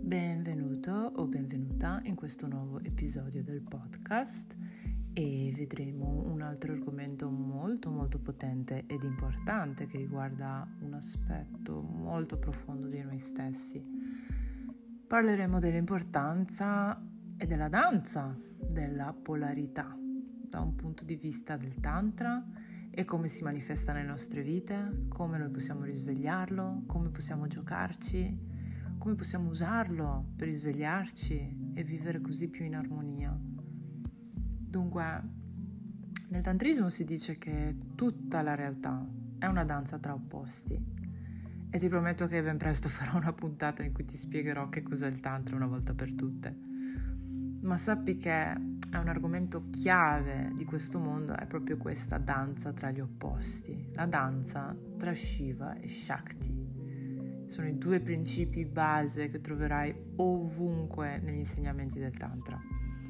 Benvenuto o benvenuta in questo nuovo episodio del podcast e vedremo un altro argomento molto potente ed importante che riguarda un aspetto molto profondo di noi stessi. Parleremo dell'importanza e della danza della polarità da un punto di vista del Tantra e come si manifesta nelle nostre vite, come noi possiamo risvegliarlo, come possiamo giocarci, come possiamo usarlo per risvegliarci e vivere così più in armonia. Dunque, nel tantrismo si dice che tutta la realtà è una danza tra opposti e ti prometto che ben presto farò una puntata in cui ti spiegherò che cos'è il tantra una volta per tutte. Ma sappi che è un argomento chiave di questo mondo, è proprio questa danza tra gli opposti, la danza tra Shiva e Shakti. Sono i due principi base che troverai ovunque negli insegnamenti del Tantra.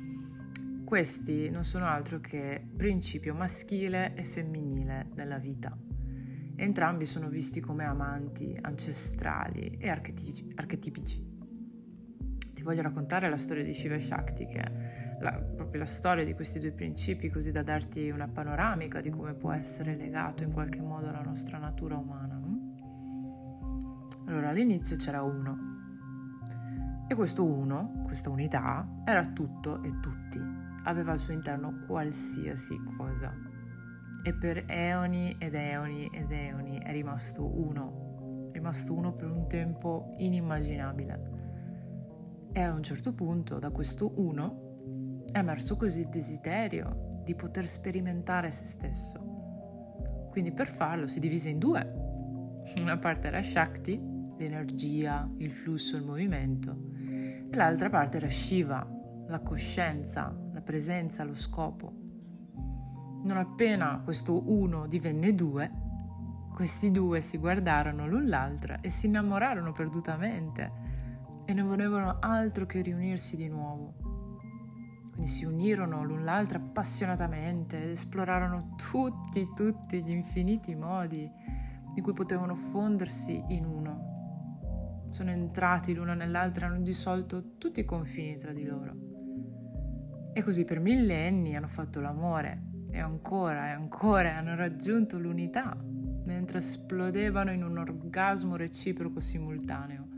Questi non sono altro che principio maschile e femminile della vita. Entrambi sono visti come amanti, ancestrali e archetipici. Ti voglio raccontare la storia di Shiva e Shakti, che è proprio la storia di questi due principi, così da darti una panoramica di come può essere legato in qualche modo alla nostra natura umana. Allora, all'inizio c'era uno, e questo uno, questa unità, era tutto e tutti, aveva al suo interno qualsiasi cosa, e per eoni ed eoni ed eoni è rimasto uno per un tempo inimmaginabile. E a un certo punto, da questo uno, è emerso così il desiderio di poter sperimentare se stesso. Quindi per farlo si divise in due. Una parte era Shakti, l'energia, il flusso, il movimento, e l'altra parte era Shiva, la coscienza, la presenza, lo scopo. Non appena questo uno divenne due, questi due si guardarono l'un l'altra e si innamorarono perdutamente e non volevano altro che riunirsi di nuovo. Quindi si unirono l'un l'altra appassionatamente ed esplorarono tutti gli infiniti modi in cui potevano fondersi in uno. Sono entrati l'una nell'altra e hanno dissolto tutti i confini tra di loro. E così per millenni hanno fatto l'amore e ancora hanno raggiunto l'unità mentre esplodevano in un orgasmo reciproco simultaneo.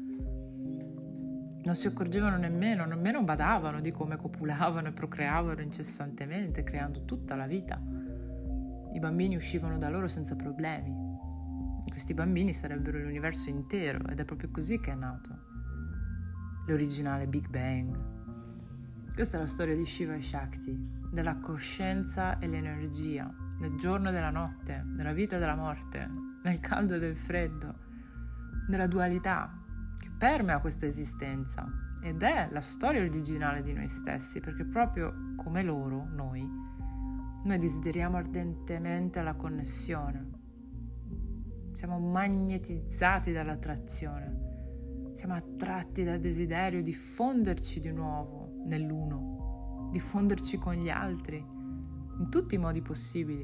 Non si accorgevano nemmeno badavano di come copulavano e procreavano incessantemente, creando tutta la vita. I bambini uscivano da loro senza problemi. Questi bambini sarebbero l'universo intero ed è proprio così che è nato l'originale Big Bang. Questa è la storia di Shiva e Shakti, della coscienza e l'energia, del giorno e della notte, della vita e della morte, del caldo e del freddo, della dualità che permea questa esistenza ed è la storia originale di noi stessi, perché proprio come loro, noi desideriamo ardentemente la connessione. Siamo magnetizzati dall'attrazione, siamo attratti dal desiderio di fonderci di nuovo nell'uno, di fonderci con gli altri, in tutti i modi possibili.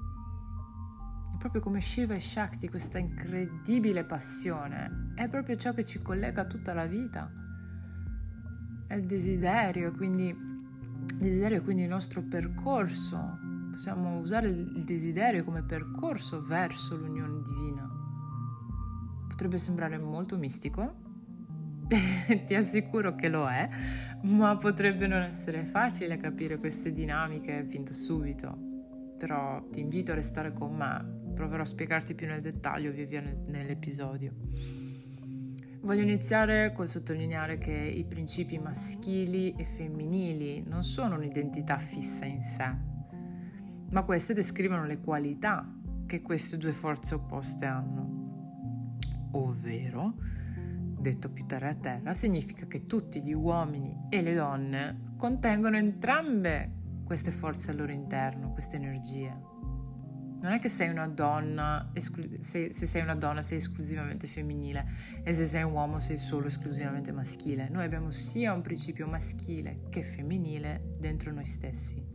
E proprio come Shiva e Shakti, questa incredibile passione è proprio ciò che ci collega tutta la vita. È il desiderio, quindi il nostro percorso. Possiamo usare il desiderio come percorso verso l'unione divina. Potrebbe sembrare molto mistico, ti assicuro che lo è, ma potrebbe non essere facile capire queste dinamiche fin da subito. Però ti invito a restare con me, proverò a spiegarti più nel dettaglio via nell'episodio. Voglio iniziare col sottolineare che i principi maschili e femminili non sono un'identità fissa in sé, ma queste descrivono le qualità che queste due forze opposte hanno. Ovvero, detto più terra a terra, significa che tutti gli uomini e le donne contengono entrambe queste forze al loro interno, queste energie. Non è che sei una donna, se sei una donna sei esclusivamente femminile e se sei un uomo sei solo esclusivamente maschile. Noi abbiamo sia un principio maschile che femminile dentro noi stessi.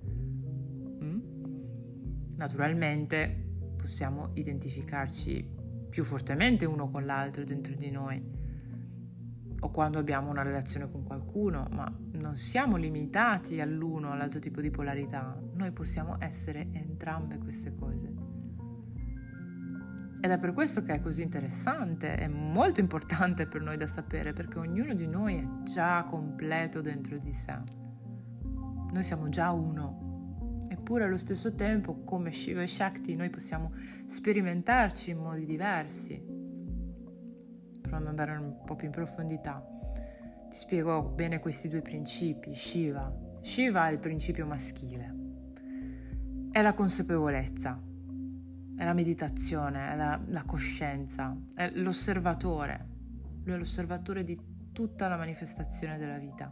Naturalmente possiamo identificarci più fortemente uno con l'altro dentro di noi, o quando abbiamo una relazione con qualcuno, ma non siamo limitati all'uno o all'altro tipo di polarità. Noi possiamo essere entrambe queste cose. Ed è per questo che è così interessante, è molto importante per noi da sapere, perché ognuno di noi è già completo dentro di sé. Noi siamo già uno. Eppure allo stesso tempo, come Shiva e Shakti, noi possiamo sperimentarci in modi diversi. Per andare un po' più in profondità, ti spiego bene questi due principi. Shiva è il principio maschile, è la consapevolezza, è la meditazione, è la coscienza, è l'osservatore. Lui è l'osservatore di tutta la manifestazione della vita.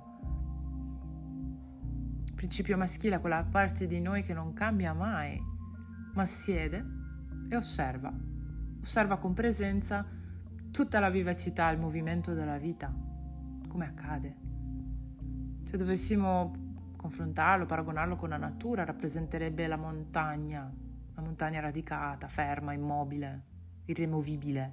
Il principio maschile è quella parte di noi che non cambia mai, ma siede e osserva con presenza tutta la vivacità, il movimento della vita, come accade. Se dovessimo confrontarlo, paragonarlo con la natura, rappresenterebbe la montagna radicata, ferma, immobile, irremovibile.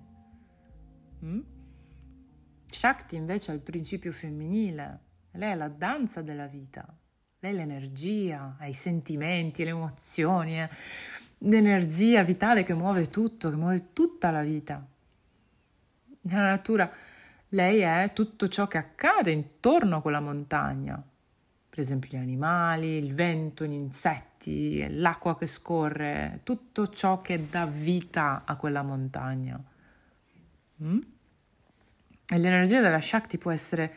Shakti invece è il principio femminile, lei è la danza della vita, lei è l'energia, è i sentimenti, le emozioni, è l'energia vitale che muove tutto, che muove tutta la vita. Nella natura lei è tutto ciò che accade intorno a quella montagna, per esempio gli animali, il vento, gli insetti, l'acqua che scorre, tutto ciò che dà vita a quella montagna. E l'energia della Shakti può essere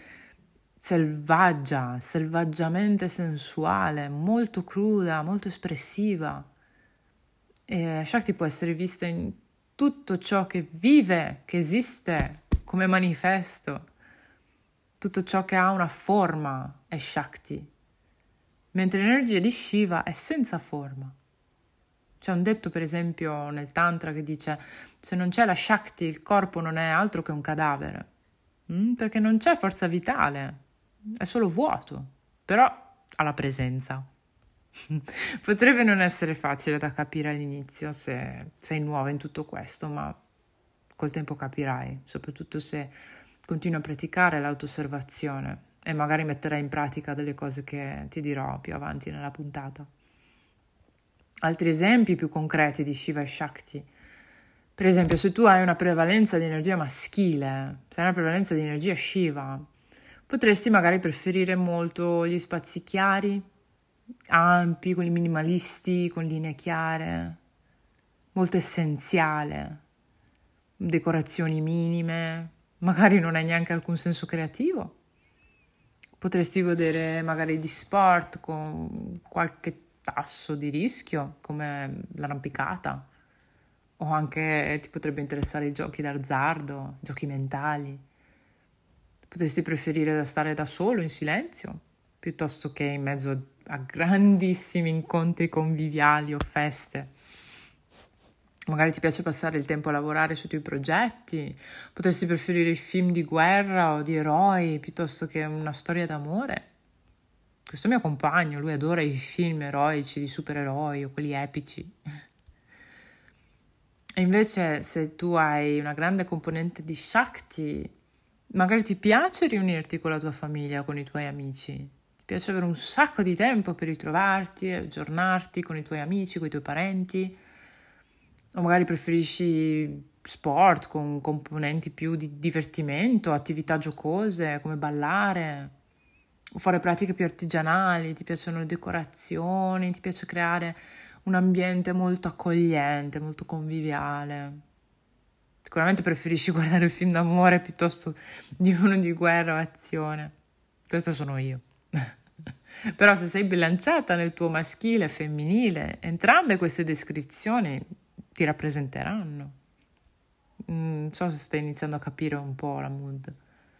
selvaggiamente sensuale, molto cruda, molto espressiva. E la Shakti può essere vista in tutto ciò che vive, che esiste come manifesto, tutto ciò che ha una forma è Shakti, mentre l'energia di Shiva è senza forma. C'è un detto, per esempio, nel Tantra che dice: se non c'è la Shakti, il corpo non è altro che un cadavere, perché non c'è forza vitale, è solo vuoto, però ha la presenza. Potrebbe non essere facile da capire all'inizio se sei nuova in tutto questo, ma col tempo capirai, soprattutto se continui a praticare l'autosservazione e magari metterai in pratica delle cose che ti dirò più avanti nella puntata. Altri esempi più concreti di Shiva e Shakti. Per esempio, se tu hai una prevalenza di energia maschile, se hai una prevalenza di energia Shiva, potresti magari preferire molto gli spazi chiari, ampi, quelli minimalisti, con linee chiare, molto essenziale, decorazioni minime, magari non hai neanche alcun senso creativo. Potresti godere magari di sport con qualche tasso di rischio, come l'arrampicata, o anche ti potrebbe interessare i giochi d'azzardo, giochi mentali. Potresti preferire stare da solo, in silenzio, piuttosto che in mezzo a grandissimi incontri conviviali o feste. Magari ti piace passare il tempo a lavorare sui tuoi progetti, potresti preferire i film di guerra o di eroi piuttosto che una storia d'amore. Questo mio compagno, lui adora i film eroici di supereroi o quelli epici. E invece se tu hai una grande componente di Shakti, magari ti piace riunirti con la tua famiglia, con i tuoi amici. Ti piace avere un sacco di tempo per ritrovarti, aggiornarti con i tuoi amici, con i tuoi parenti. O magari preferisci sport con componenti più di divertimento, attività giocose come ballare, o fare pratiche più artigianali, ti piacciono le decorazioni, ti piace creare un ambiente molto accogliente, molto conviviale. Sicuramente preferisci guardare un film d'amore piuttosto di uno di guerra o azione. Questo sono io. Però se sei bilanciata nel tuo maschile e femminile, entrambe queste descrizioni ti rappresenteranno. Non so se stai iniziando a capire un po' la mood.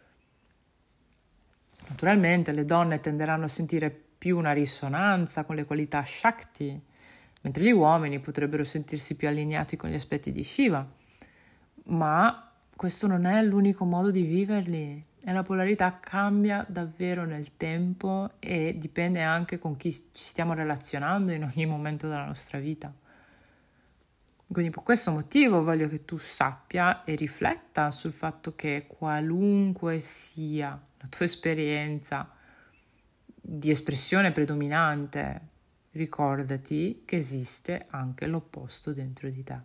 Naturalmente le donne tenderanno a sentire più una risonanza con le qualità Shakti, mentre gli uomini potrebbero sentirsi più allineati con gli aspetti di Shiva. Ma questo non è l'unico modo di viverli e la polarità cambia davvero nel tempo e dipende anche con chi ci stiamo relazionando in ogni momento della nostra vita. Quindi per questo motivo voglio che tu sappia e rifletta sul fatto che qualunque sia la tua esperienza di espressione predominante, ricordati che esiste anche l'opposto dentro di te.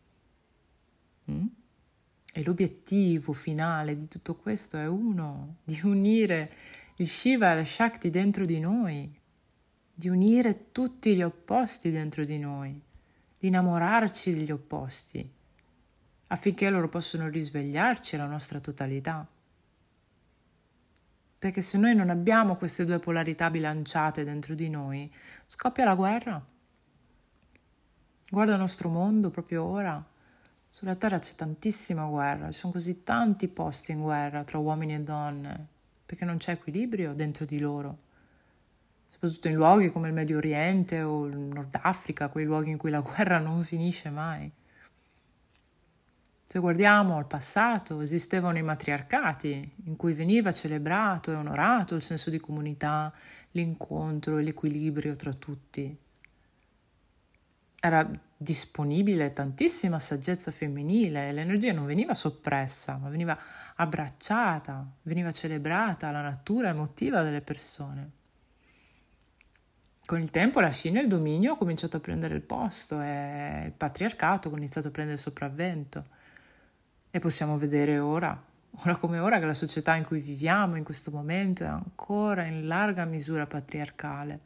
E l'obiettivo finale di tutto questo è uno, di unire il Shiva e la Shakti dentro di noi, di unire tutti gli opposti dentro di noi, di innamorarci degli opposti, affinché loro possano risvegliarci alla nostra totalità. Perché se noi non abbiamo queste due polarità bilanciate dentro di noi, scoppia la guerra. Guarda il nostro mondo proprio ora. Sulla Terra c'è tantissima guerra, ci sono così tanti posti in guerra tra uomini e donne, perché non c'è equilibrio dentro di loro. Soprattutto in luoghi come il Medio Oriente o il Nord Africa, quei luoghi in cui la guerra non finisce mai. Se guardiamo al passato, esistevano i matriarcati, in cui veniva celebrato e onorato il senso di comunità, l'incontro e l'equilibrio tra tutti. Era disponibile tantissima saggezza femminile e l'energia non veniva soppressa, ma veniva abbracciata, veniva celebrata la natura emotiva delle persone. Con il tempo la Cina e il dominio ha cominciato a prendere il posto e il patriarcato ha iniziato a prendere il sopravvento. E possiamo vedere ora come ora, che la società in cui viviamo in questo momento è ancora in larga misura patriarcale,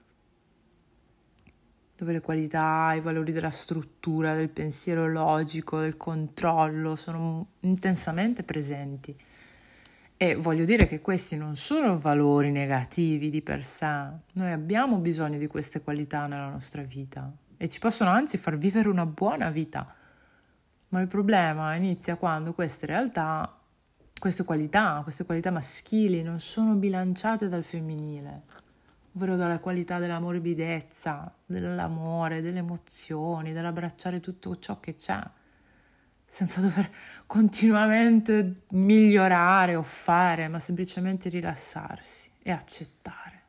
dove le qualità, i valori della struttura, del pensiero logico, del controllo sono intensamente presenti. E voglio dire che questi non sono valori negativi di per sé, noi abbiamo bisogno di queste qualità nella nostra vita e ci possono anzi far vivere una buona vita, ma il problema inizia quando queste realtà, queste qualità maschili non sono bilanciate dal femminile, ovvero dalla qualità della morbidezza, dell'amore, delle emozioni, dell'abbracciare tutto ciò che c'è, senza dover continuamente migliorare o fare, ma semplicemente rilassarsi e accettare.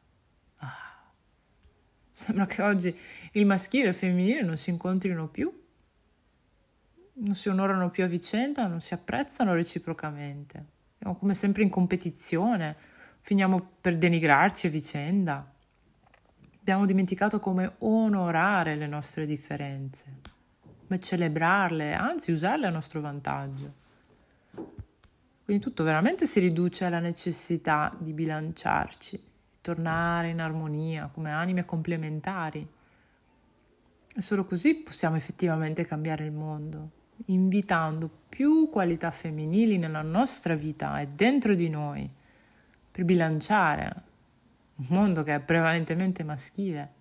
Sembra che oggi il maschile e il femminile non si incontrino più, non si onorano più a vicenda, non si apprezzano reciprocamente. Siamo come sempre in competizione, finiamo per denigrarci a vicenda. Abbiamo dimenticato come onorare le nostre differenze, come celebrarle, anzi usarle a nostro vantaggio. Quindi tutto veramente si riduce alla necessità di bilanciarci, di tornare in armonia come anime complementari. E solo così possiamo effettivamente cambiare il mondo, invitando più qualità femminili nella nostra vita e dentro di noi, per bilanciare un mondo che è prevalentemente maschile.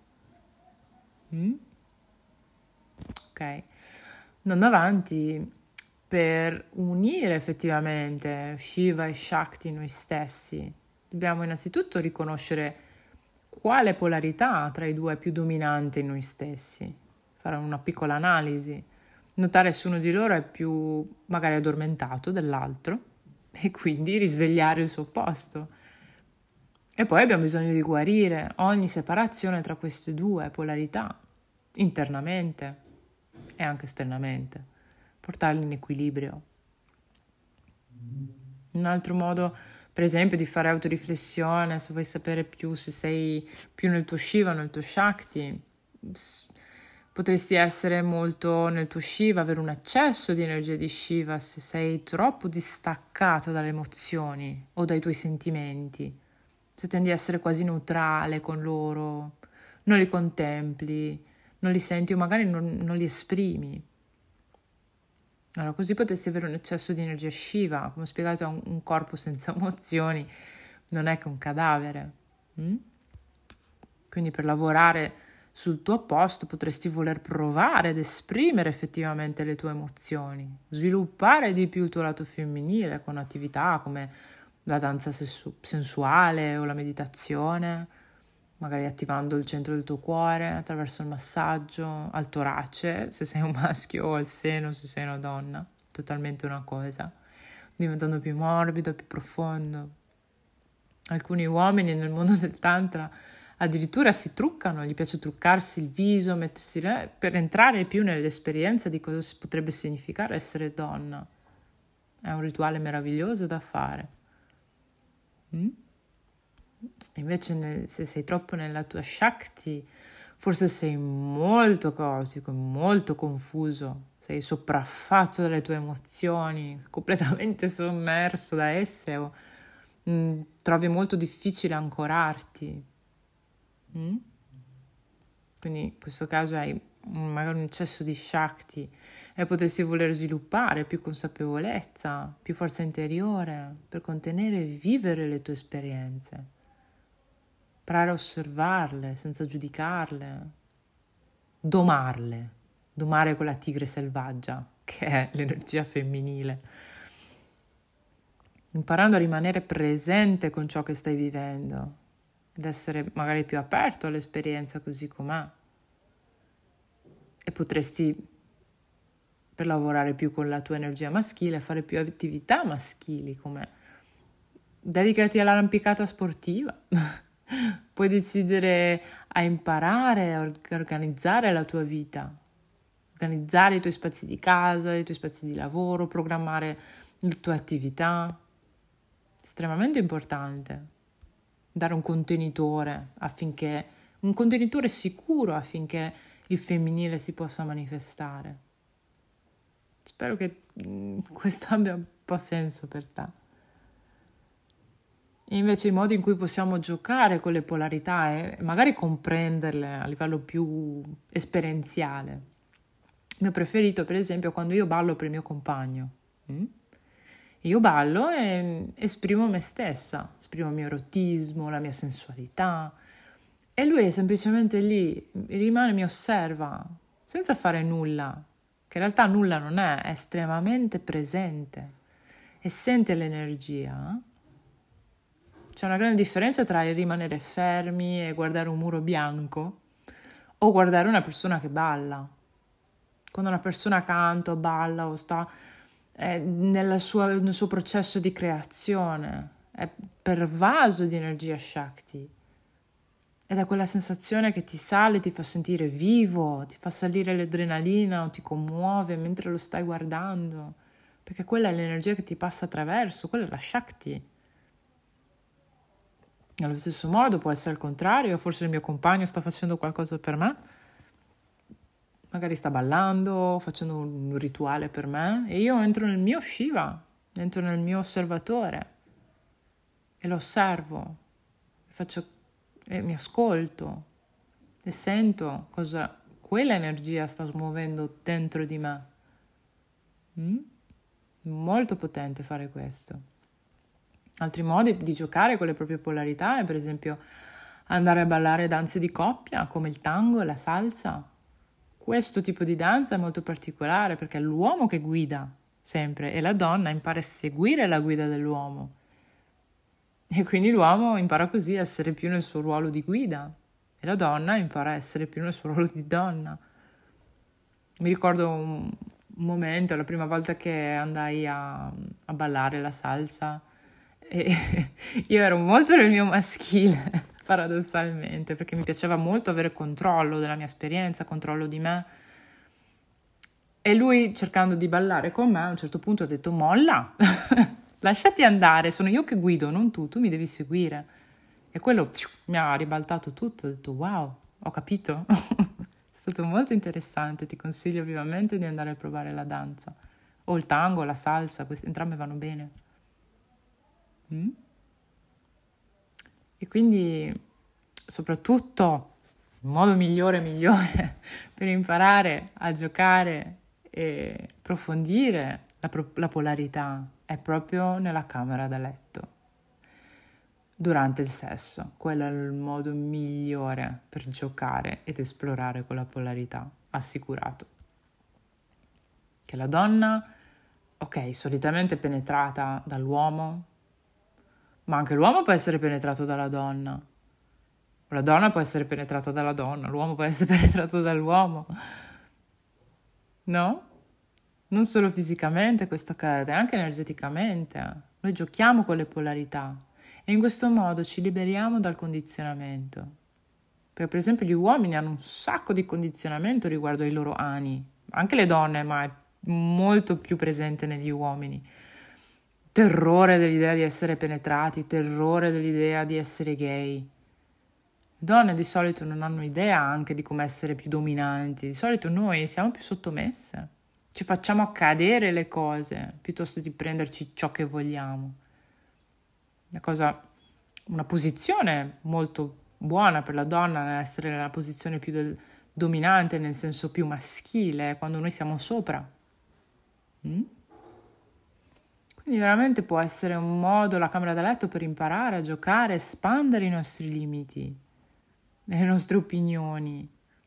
Ok, andando avanti, per unire effettivamente Shiva e Shakti in noi stessi, dobbiamo innanzitutto riconoscere quale polarità tra i due è più dominante in noi stessi, fare una piccola analisi, notare se uno di loro è più magari addormentato dell'altro e quindi risvegliare il suo opposto. E poi abbiamo bisogno di guarire ogni separazione tra queste due polarità, internamente e anche esternamente, portarli in equilibrio. Un altro modo, per esempio, di fare autoriflessione, se vuoi sapere più se sei più nel tuo Shiva o nel tuo Shakti, potresti essere molto nel tuo Shiva, avere un eccesso di energia di Shiva se sei troppo distaccata dalle emozioni o dai tuoi sentimenti, se tendi a essere quasi neutrale con loro, non li contempli, non li senti o magari non li esprimi. Allora, così potresti avere un eccesso di energia Shiva. Come ho spiegato, un corpo senza emozioni non è che un cadavere. Quindi per lavorare sul tuo opposto potresti voler provare ad esprimere effettivamente le tue emozioni, sviluppare di più il tuo lato femminile con attività come la danza sensuale o la meditazione, magari attivando il centro del tuo cuore attraverso il massaggio al torace, se sei un maschio, o al seno, se sei una donna, totalmente una cosa, diventando più morbido, più profondo. Alcuni uomini nel mondo del tantra addirittura si truccano, gli piace truccarsi il viso, mettersi per entrare più nell'esperienza di cosa potrebbe significare essere donna. È un rituale meraviglioso da fare. Invece se sei troppo nella tua Shakti, forse sei molto caotico, molto confuso, sei sopraffatto dalle tue emozioni, completamente sommerso da esse, o trovi molto difficile ancorarti. Quindi in questo caso hai magari un eccesso di Shakti e potresti voler sviluppare più consapevolezza, più forza interiore per contenere e vivere le tue esperienze, imparare a osservarle senza giudicarle, domare quella tigre selvaggia che è l'energia femminile, imparando a rimanere presente con ciò che stai vivendo ed essere magari più aperto all'esperienza così com'è. E potresti, per lavorare più con la tua energia maschile, fare più attività maschili, come dedicati all'arrampicata sportiva. Puoi decidere a imparare a organizzare la tua vita, organizzare i tuoi spazi di casa, i tuoi spazi di lavoro, programmare le tue attività. Estremamente importante dare un contenitore sicuro affinché il femminile si possa manifestare. Spero che questo abbia un po' senso per te. E invece i modi in cui possiamo giocare con le polarità e magari comprenderle a livello più esperienziale. Il mio preferito, per esempio, è quando io ballo per il mio compagno. Io ballo e esprimo me stessa, esprimo il mio erotismo, la mia sensualità, e lui è semplicemente lì, rimane, mi osserva, senza fare nulla, che in realtà nulla non è estremamente presente e sente l'energia. C'è una grande differenza tra il rimanere fermi e guardare un muro bianco o guardare una persona che balla. Quando una persona canta o balla o sta nel suo processo di creazione, è pervaso di energia Shakti. Ed è quella sensazione che ti sale, ti fa sentire vivo, ti fa salire l'adrenalina o ti commuove mentre lo stai guardando, perché quella è l'energia che ti passa attraverso, quella è la Shakti. Allo stesso modo può essere il contrario, forse il mio compagno sta facendo qualcosa per me, magari sta ballando, facendo un rituale per me, e io entro nel mio Shiva, entro nel mio osservatore e lo osservo, e mi ascolto e sento cosa quella energia sta smuovendo dentro di me. Molto potente fare questo. Altri modi di giocare con le proprie polarità è per esempio andare a ballare danze di coppia come il tango e la salsa. Questo tipo di danza è molto particolare perché è l'uomo che guida sempre e la donna impara a seguire la guida dell'uomo. E quindi l'uomo impara così a essere più nel suo ruolo di guida e la donna impara a essere più nel suo ruolo di donna. Mi ricordo un momento, la prima volta che andai a ballare la salsa, e io ero molto nel mio maschile, paradossalmente, perché mi piaceva molto avere controllo della mia esperienza, controllo di me. E lui, cercando di ballare con me, a un certo punto ha detto: molla, lasciati andare, sono io che guido, non tu mi devi seguire. E quello mi ha ribaltato tutto, ho detto wow, ho capito. È stato molto interessante, ti consiglio vivamente di andare a provare la danza. O il tango, la salsa, entrambe vanno bene. E quindi soprattutto il modo migliore per imparare a giocare e approfondire la polarità è proprio nella camera da letto, durante il sesso. Quello è il modo migliore per giocare ed esplorare quella polarità, assicurato. Che la donna, ok, solitamente è penetrata dall'uomo, ma anche l'uomo può essere penetrato dalla donna. La donna può essere penetrata dalla donna, l'uomo può essere penetrato dall'uomo. No? Non solo fisicamente questo accade, anche energeticamente. Noi giochiamo con le polarità e in questo modo ci liberiamo dal condizionamento. Perché per esempio gli uomini hanno un sacco di condizionamento riguardo ai loro ani, anche le donne, ma è molto più presente negli uomini. Terrore dell'idea di essere penetrati, terrore dell'idea di essere gay. Le donne di solito non hanno idea anche di come essere più dominanti, di solito noi siamo più sottomesse, ci facciamo accadere le cose piuttosto di prenderci ciò che vogliamo. Una posizione molto buona per la donna nell'essere nella posizione più dominante, nel senso più maschile, quando noi siamo sopra. Quindi veramente può essere un modo, la camera da letto, per imparare a giocare, espandere i nostri limiti, le nostre opinioni.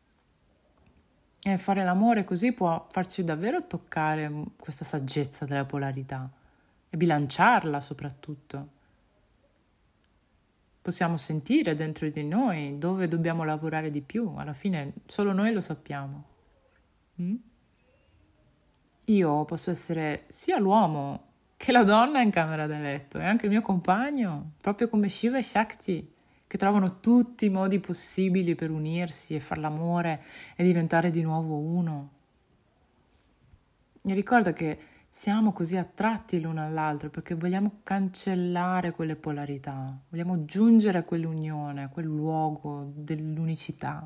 E fare l'amore così può farci davvero toccare questa saggezza della polarità e bilanciarla soprattutto. Possiamo sentire dentro di noi dove dobbiamo lavorare di più, alla fine solo noi lo sappiamo. Io posso essere sia l'uomo che la donna in camera da letto e anche il mio compagno, proprio come Shiva e Shakti, che trovano tutti i modi possibili per unirsi e far l'amore e diventare di nuovo uno. E ricorda che siamo così attratti l'uno all'altro perché vogliamo cancellare quelle polarità, vogliamo giungere a quell'unione, a quel luogo dell'unicità.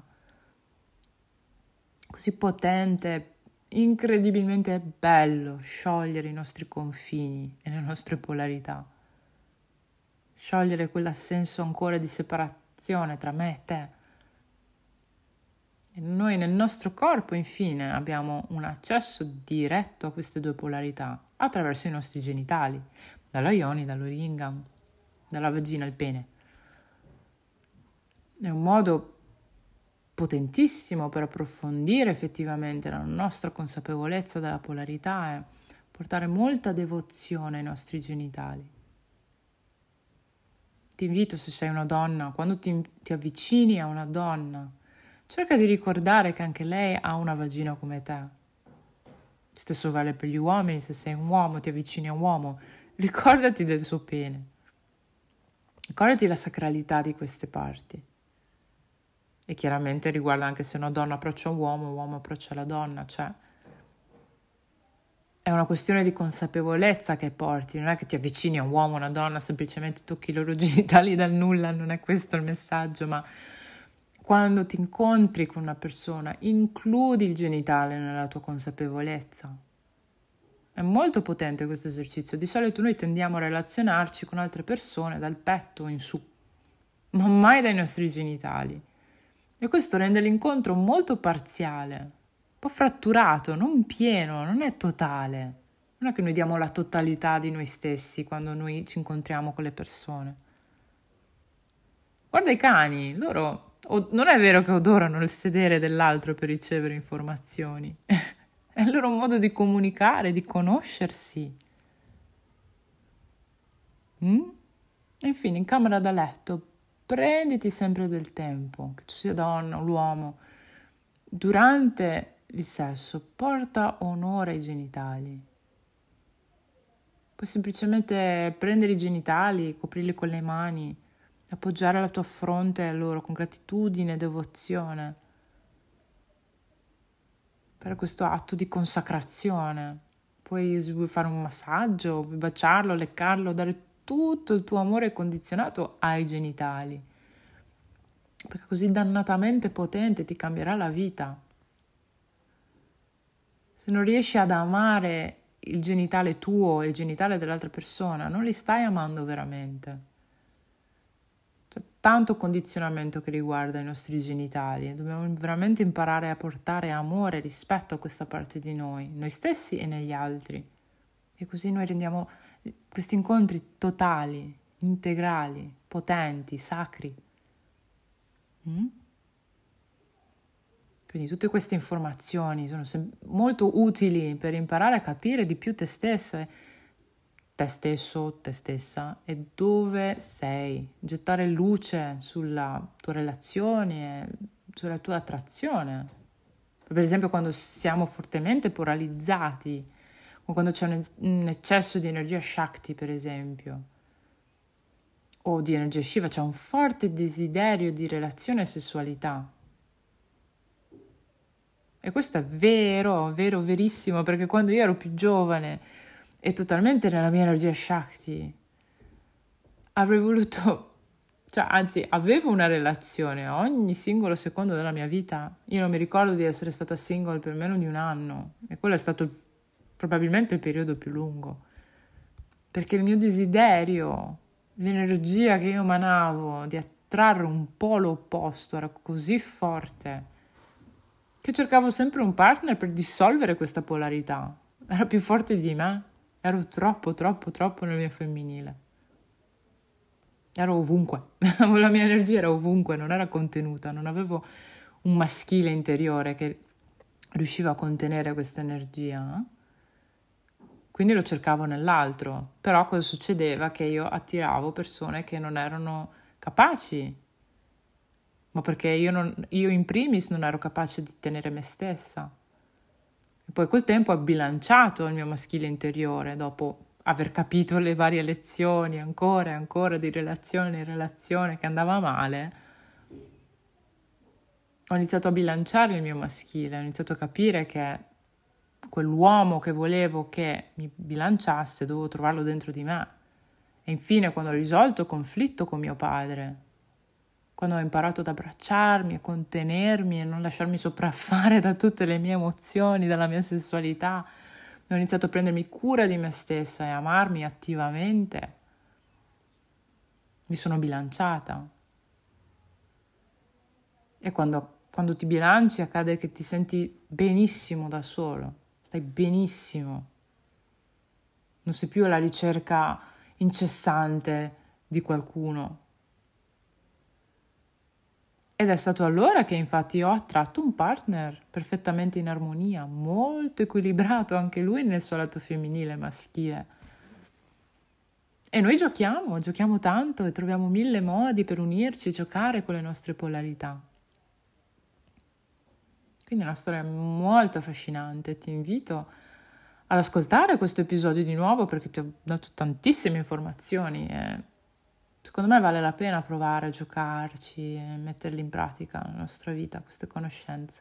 Così potente, incredibilmente bello sciogliere i nostri confini e le nostre polarità. Sciogliere quell'assenso ancora di separazione tra me e te. E noi nel nostro corpo, infine, abbiamo un accesso diretto a queste due polarità attraverso i nostri genitali, dalla yoni, dallo lingam, dalla vagina al pene. È un modo potentissimo per approfondire effettivamente la nostra consapevolezza della polarità e portare molta devozione ai nostri genitali. Ti invito, se sei una donna, quando ti avvicini a una donna, cerca di ricordare che anche lei ha una vagina come te. Stesso vale per gli uomini, se sei un uomo, ti avvicini a un uomo, ricordati del suo pene. Ricordati la sacralità di queste parti. E chiaramente riguarda anche se una donna approccia un uomo approccia la donna, cioè è una questione di consapevolezza che porti, non è che ti avvicini a un uomo o una donna, semplicemente tocchi i loro genitali dal nulla, non è questo il messaggio, ma quando ti incontri con una persona, includi il genitale nella tua consapevolezza. È molto potente questo esercizio. Di solito noi tendiamo a relazionarci con altre persone dal petto in su, ma mai dai nostri genitali. E questo rende l'incontro molto parziale, un po' fratturato, non pieno, non è totale. Non è che noi diamo la totalità di noi stessi quando noi ci incontriamo con le persone. Guarda i cani, loro non è vero che odorano il sedere dell'altro per ricevere informazioni. È il loro modo di comunicare, di conoscersi. E infine, in camera da letto, prenditi sempre del tempo, che tu sia donna o l'uomo. Durante il sesso, porta onore ai genitali. Puoi semplicemente prendere i genitali, coprirli con le mani, appoggiare la tua fronte a loro con gratitudine e devozione. Per questo atto di consacrazione. Puoi fare un massaggio, puoi baciarlo, leccarlo, dare tutto il tuo amore condizionato ai genitali. Perché così dannatamente potente ti cambierà la vita. Se non riesci ad amare il genitale tuo e il genitale dell'altra persona, non li stai amando veramente. C'è tanto condizionamento che riguarda i nostri genitali. Dobbiamo veramente imparare a portare amore e rispetto a questa parte di noi stessi e negli altri. E così noi rendiamo questi incontri totali, integrali, potenti, sacri. Quindi tutte queste informazioni sono molto utili per imparare a capire di più te stessa, te stesso, te stessa e dove sei. Gettare luce sulla tua relazione, sulla tua attrazione. Per esempio quando siamo fortemente polarizzati, o quando c'è un eccesso di energia Shakti, per esempio, o di energia Shiva, c'è un forte desiderio di relazione e sessualità. E questo è vero, vero, verissimo, perché quando io ero più giovane e totalmente nella mia energia Shakti, avrei voluto, anzi, avevo una relazione ogni singolo secondo della mia vita. Io non mi ricordo di essere stata single per meno di un anno, e quello è stato probabilmente il periodo più lungo, perché il mio desiderio, l'energia che io emanavo di attrarre un polo opposto era così forte che cercavo sempre un partner per dissolvere questa polarità. Era più forte di me, ero troppo nel mio femminile. Ero ovunque, la mia energia era ovunque, non era contenuta, non avevo un maschile interiore che riusciva a contenere questa energia, quindi lo cercavo nell'altro. Però cosa succedeva? Che io attiravo persone che non erano capaci, ma perché io in primis non ero capace di tenere me stessa. E poi col tempo ho bilanciato il mio maschile interiore, dopo aver capito le varie lezioni ancora e ancora di relazione in relazione che andava male. Ho iniziato a bilanciare il mio maschile, ho iniziato a capire che quell'uomo che volevo che mi bilanciasse dovevo trovarlo dentro di me. E infine, quando ho risolto il conflitto con mio padre, quando ho imparato ad abbracciarmi, a contenermi e non lasciarmi sopraffare da tutte le mie emozioni, dalla mia sessualità, ho iniziato a prendermi cura di me stessa e amarmi attivamente, mi sono bilanciata. E quando ti bilanci accade che ti senti benissimo da solo, stai benissimo, non sei più alla ricerca incessante di qualcuno. Ed è stato allora che infatti ho attratto un partner perfettamente in armonia, molto equilibrato anche lui nel suo lato femminile e maschile. E noi giochiamo tanto e troviamo 1000 modi per unirci, giocare con le nostre polarità. Quindi è una storia molto affascinante, ti invito ad ascoltare questo episodio di nuovo perché ti ho dato tantissime informazioni e secondo me vale la pena provare a giocarci e metterli in pratica nella nostra vita, queste conoscenze.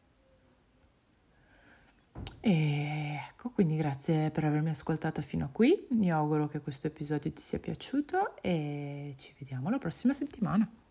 E ecco, quindi grazie per avermi ascoltata fino a qui. Io auguro che questo episodio ti sia piaciuto e ci vediamo la prossima settimana.